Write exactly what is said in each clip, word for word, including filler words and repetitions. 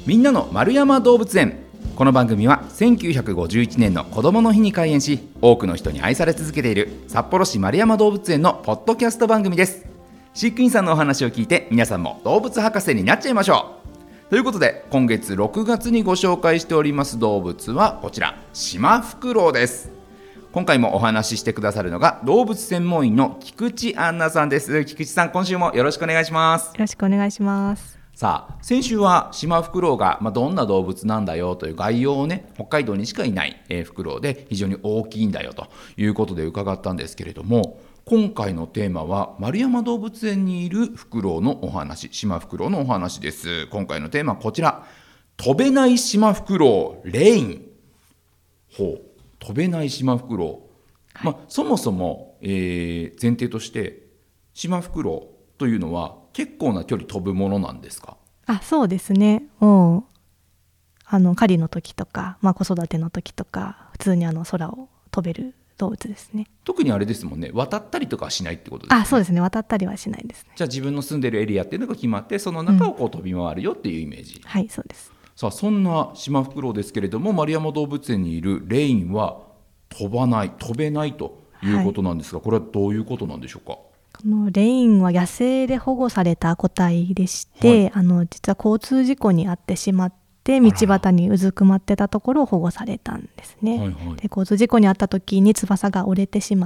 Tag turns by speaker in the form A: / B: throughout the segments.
A: みんなの丸山動物園。この番組はせんきゅうひゃくごじゅういちねんの子どもの日に開園し、多くの人に愛され続けている札幌市丸山動物園のポッドキャスト番組です。飼育員さんのお話を聞いて、皆さんも動物博士になっちゃいましょう。ということで、今月ろくがつにご紹介しております動物はこちら、シマフクロウです。今回もお話ししてくださるのが動物専門員の菊池杏奈さんです。菊池さん、今週もよろしくお願いします。
B: よろしくお願いします。
A: さあ、先週はシマフクロウが、まあ、どんな動物なんだよという概要をね、北海道にしかいない、えー、フクロウで非常に大きいんだよということで伺ったんですけれども、今回のテーマは丸山動物園にいるフクロウのお話、シマフクロウのお話です。今回のテーマはこちら、飛べないシマフクロウレイン。ほう、飛べないシマフクロウ、はい、まあ、そもそも、えー、前提としてシマフクロウというのは結構な距離飛ぶものなんですか？
B: あ、そうですね。もうあの狩りの時とか、まあ、子育ての時とか普通にあの空を飛べる動物ですね。
A: 特にあれですもんね、渡ったりとかはしないってことですね。
B: あ、そうですね、渡ったりはしないですね。
A: じゃあ自分の住んでるエリアっていうのが決まって、その中をこう飛び回るよっていうイメージ、うん、
B: はい、そうです。
A: さあ、そんなシマフクロウですけれども、丸山動物園にいるレインは飛ばない、飛べないということなんですが、はい、これはどういうことなんでしょうか？
B: このレインは野生で保護された個体でして、はい、あの実は交通事故に遭ってしまって道端にうずくまってたところを保護されたんですね、はいはい、で交通事故に遭った時に翼が折れてしまって、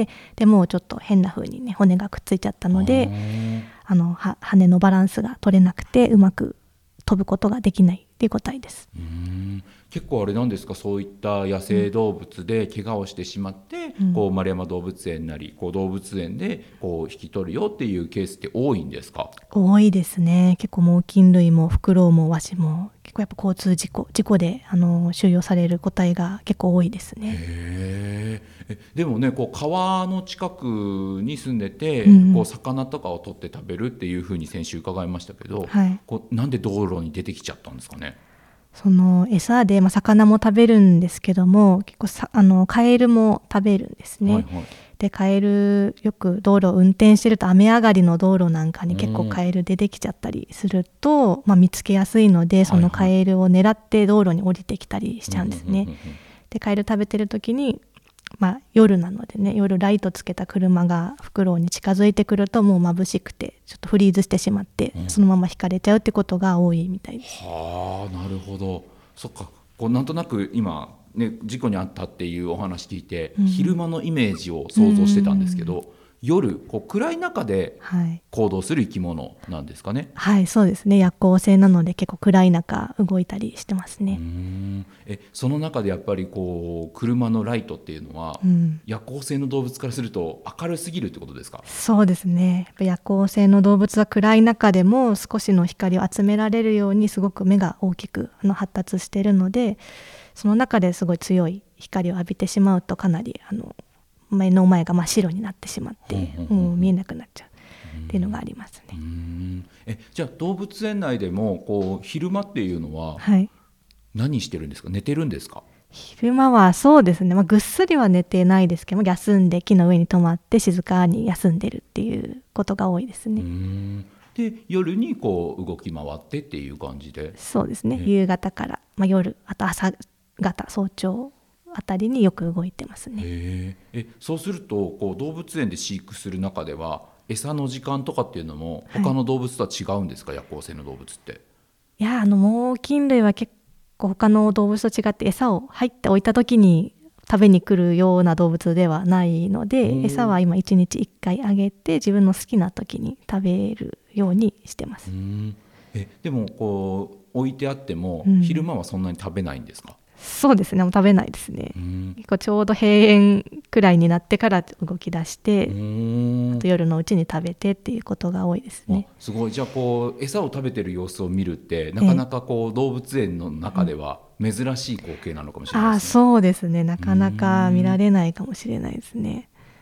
B: でもうちょっと変な風にね骨がくっついちゃったので、あのは羽のバランスが取れなくてうまく飛ぶことができないっていう個体です。
A: うーん、結構あれなんですか、そういった野生動物で怪我をしてしまって、うん、こう丸山動物園なりこう動物園でこう引き取るよっていうケースって多いんですか？
B: 多いですね。結構猛禽類もフクロウもワシも結構やっぱ交通事故事故であの収容される個体が結構多いですね。
A: へえ。でもね、こう川の近くに住んでて、
B: うん、
A: こう魚とかを取って食べるっていうふうに先週伺いましたけど、
B: はい、
A: こうなんで道路に出てきちゃったんですかね？
B: その餌で、まあ、魚も食べるんですけども、結構さあのカエルも食べるんですね、はいはい、でカエルよく道路を運転してると雨上がりの道路なんかに結構カエル出てきちゃったりすると、まあ、見つけやすいのでそのカエルを狙って道路に降りてきたりしちゃうんですね。でカエル食べてる時に、まあ、夜なのでね、夜ライトつけた車がフクロウに近づいてくるともう眩しくてちょっとフリーズしてしまって、うん、そのまま引かれちゃうってことが多いみたいです。
A: はあ、なるほど。そっか、こうなんとなく今、ね、事故に遭ったっていうお話聞いて、うん、昼間のイメージを想像してたんですけど、うん、夜こう暗い中で行動する生き物なんですかね？
B: はい、はい、そうですね。夜行性なので結構暗い中動いたりしてますね。
A: うーん、えその中でやっぱりこう車のライトっていうのは、うん、夜行性の動物からすると明るすぎるってことですか？
B: そうですね。やっぱ夜行性の動物は暗い中でも少しの光を集められるようにすごく目が大きくあの発達しているので、その中ですごい強い光を浴びてしまうとかなりあの目の前が真っ白になってしまって、もう見えなくなっちゃうっていうのがありますね。
A: うーん、えじゃあ動物園内でもこう昼間っていうのは何してるんですか？寝てるんですか？
B: 昼間はそうですね、まあ、ぐっすりは寝てないですけども、休んで木の上に泊まって静かに休んでるっていうことが多いですね。
A: うーん、で夜にこう動き回ってっていう感じで。
B: そうですね、夕方から、まあ、夜あと朝方早朝あたりによく動いてますね。
A: へえ。そうするとこう動物園で飼育する中では餌の時間とかっていうのも他の動物とは違うんですか？はい、夜行性の動物って。
B: いや、あの猛禽類は結構他の動物と違って餌を入っておいた時に食べに来るような動物ではないので、餌は今いちにちいっかいあげて自分の好きな時に食べるようにしてます。
A: うーん、えでもこう置いてあっても、うん、昼間はそんなに食べないんですか？
B: そうですね、もう食べないですね。結構ちょうど閉園くらいになってから動き出して、あと夜のうちに食べてっていうことが多いですね。
A: すごい。じゃあこう餌を食べてる様子を見るってなかなかこう動物園の中では珍しい光景なのかもしれないですね。
B: あ、そうですね、なかなか見られないかもしれないですね。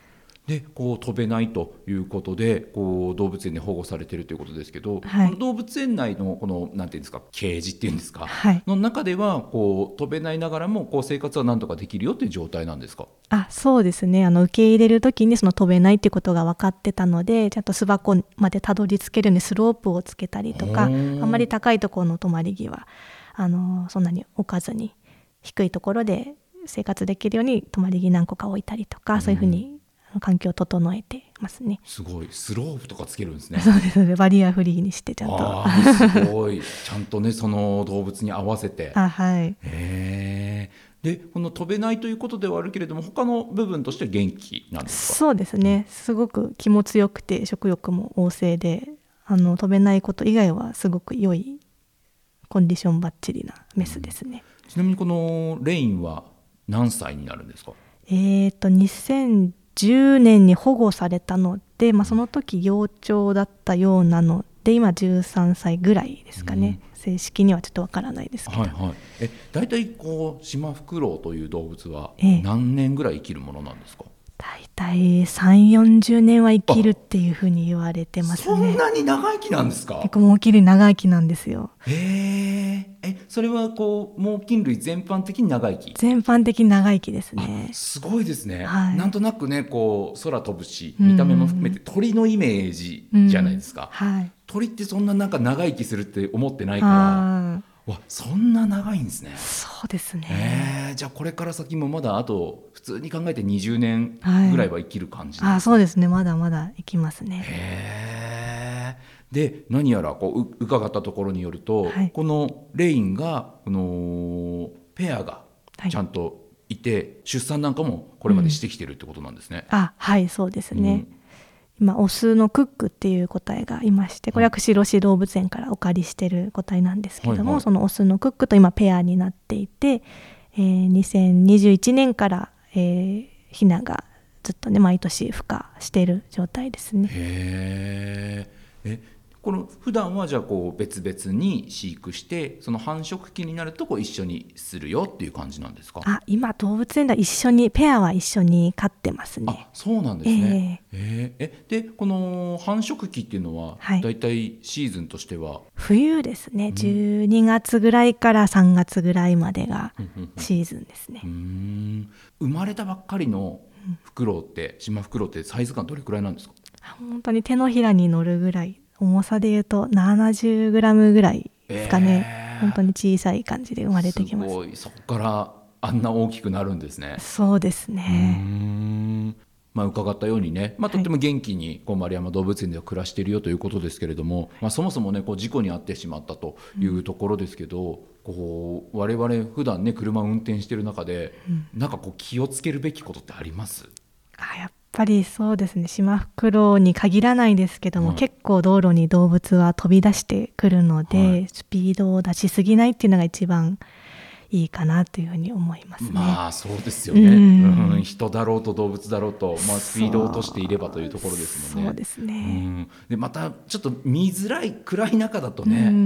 A: でこう飛べないということでこう動物園で保護されているということですけど、
B: はい、
A: この動物園内のこのなんていうんですかケージっていうんですか、
B: はい、
A: の中ではこう飛べないながらもこう生活はなんとかできるよという状態なんですか？
B: あ、そうですね。あの受け入れる時にその飛べないっていうことが分かってたので、ちゃんと巣箱までたどり着けるようにスロープをつけたりとか、あんまり高いところの止まり木はあのそんなに置かずに低いところで生活できるように止まり木何個か置いたりとか、そういうふうに環境を整えてますね。
A: すごいスロープとかつけるんですね。
B: そうですね。バリアフリーにしてちゃんと。
A: あすごいちゃんとねその動物に合わせて。
B: あ、はい。
A: へー。でこの飛べないということではあるけれども他の部分としては元気なんですか？
B: そうですね。すごく気も強くて食欲も旺盛で、あの飛べないこと以外はすごく良いコンディションバッチリなメスですね。
A: うん、ちなみにこのレインは何歳になるんですか？
B: えーとにせんじゅうねんに保護されたので、まあ、その時幼鳥だったようなので今じゅうさんさいぐらいですかね、うん、正式にはちょっとわからないですけど、
A: はいはい、えだいたいこうシマフクロウという動物は
B: ええ、
A: 何年ぐらい生きるものなんですか？
B: だいたいさんじゅう、よんじゅうねんは生きるっていうふうに言われてますね。
A: そんなに長生きなんですか？
B: 結構猛禽類長生きなんですよ。
A: へー。えそれはこう猛禽類全般的に長生き？
B: 全般的に長生きですね。
A: すごいですね、
B: はい、
A: なんとなくねこう空飛ぶし見た目も含めて鳥のイメージじゃないですか、
B: はい、
A: 鳥ってそんななんか長生きするって思ってないからわそんな長いんですね。
B: そうですね、
A: えー、じゃあこれから先もまだあと普通に考えてにじゅうねんぐらいは生きる感じなんです、ね、
B: はい、あそうですね、まだまだ生きますね。
A: へー。で何やらこう伺ったところによると、はい、このレインがこのペアがちゃんといて、はい、出産なんかもこれまでしてきてるってことなんですね、
B: うん、あはいそうですね、うん、今オスのクックっていう個体がいまして、これは釧路市動物園からお借りしてる個体なんですけども、はいはい、そのオスのクックと今ペアになっていて、えー、にせんにじゅういちねんから、えー、ヒナがずっとね毎年孵化している状態ですね。
A: へー。えこの普段はじゃあこう別々に飼育してその繁殖期になるとこう一緒にするよっていう感じなんですか？
B: あ今動物園では一緒にペアは一緒に飼ってますね。
A: あそうなんですね、えーえー、でこの繁殖期っていうのはだいたいシーズンとしては、はい、
B: 冬ですね、うん、じゅうにがつぐらいからさんがつぐらいまでがシーズンですね。
A: うーん生まれたばっかりのフクロウってシマフクロウってサイズ感どれくらいなんですか？
B: 本当に手のひらに乗るぐらい、重さでいうとななじゅうグラムぐらいですかね、えー、本当に小さい感じで生まれてきます。
A: すごい、そこからあんな大きくなるんですね。
B: そうですね。
A: うーん、まあ、伺ったようにね、まあ、とっても元気にこう丸山動物園では暮らしているよということですけれども、はいまあ、そもそもねこう事故に遭ってしまったというところですけど、うん、こう我々普段ね車を運転している中で、うん、なんかこう気をつけるべきことってあります？
B: あやっぱりそうですね、シマフクロウに限らないですけども、はい、結構道路に動物は飛び出してくるので、はい、スピードを出しすぎないっていうのが一番いいかなというふうに思いますね。
A: まあそうですよね、うんうん、人だろうと動物だろうと、まあ、スピードを落としていればというところですもんね。
B: そうですね、
A: うん、でまたちょっと見づらい暗い中だとね、うん、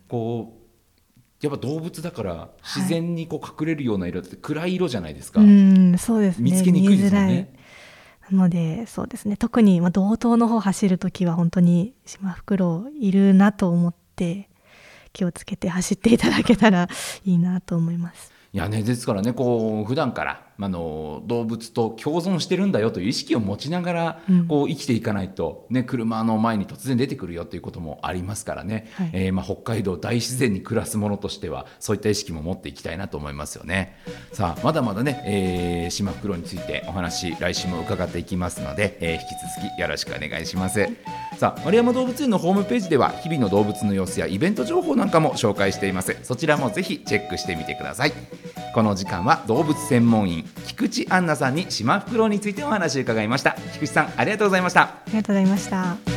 A: こうやっぱ動物だから自然にこう隠れるような色って暗い色じゃないですか、
B: はい、うんそうですね、
A: 見つけにくいですもんね。
B: なのでそうですね、特にまあ道東の方走るときは本当にシマフクロウいるなと思って気をつけて走っていただけたらいいなと思います。
A: いやね、ですからねこう普段からあの動物と共存してるんだよという意識を持ちながら、うん、こう生きていかないと、ね、車の前に突然出てくるよということもありますからね、はいえーまあ、北海道大自然に暮らすものとしてはそういった意識も持っていきたいなと思いますよね。さあまだまだね、えー、シマフクロウについてお話来週も伺っていきますので、えー、引き続きよろしくお願いします。さあ丸山動物園のホームページでは日々の動物の様子やイベント情報なんかも紹介しています。そちらもぜひチェックしてみてください。この時間は動物専門員菊池杏奈さんにシマフクロウについてお話を伺いました。菊池さんありがとうございました。
B: ありがとうございました。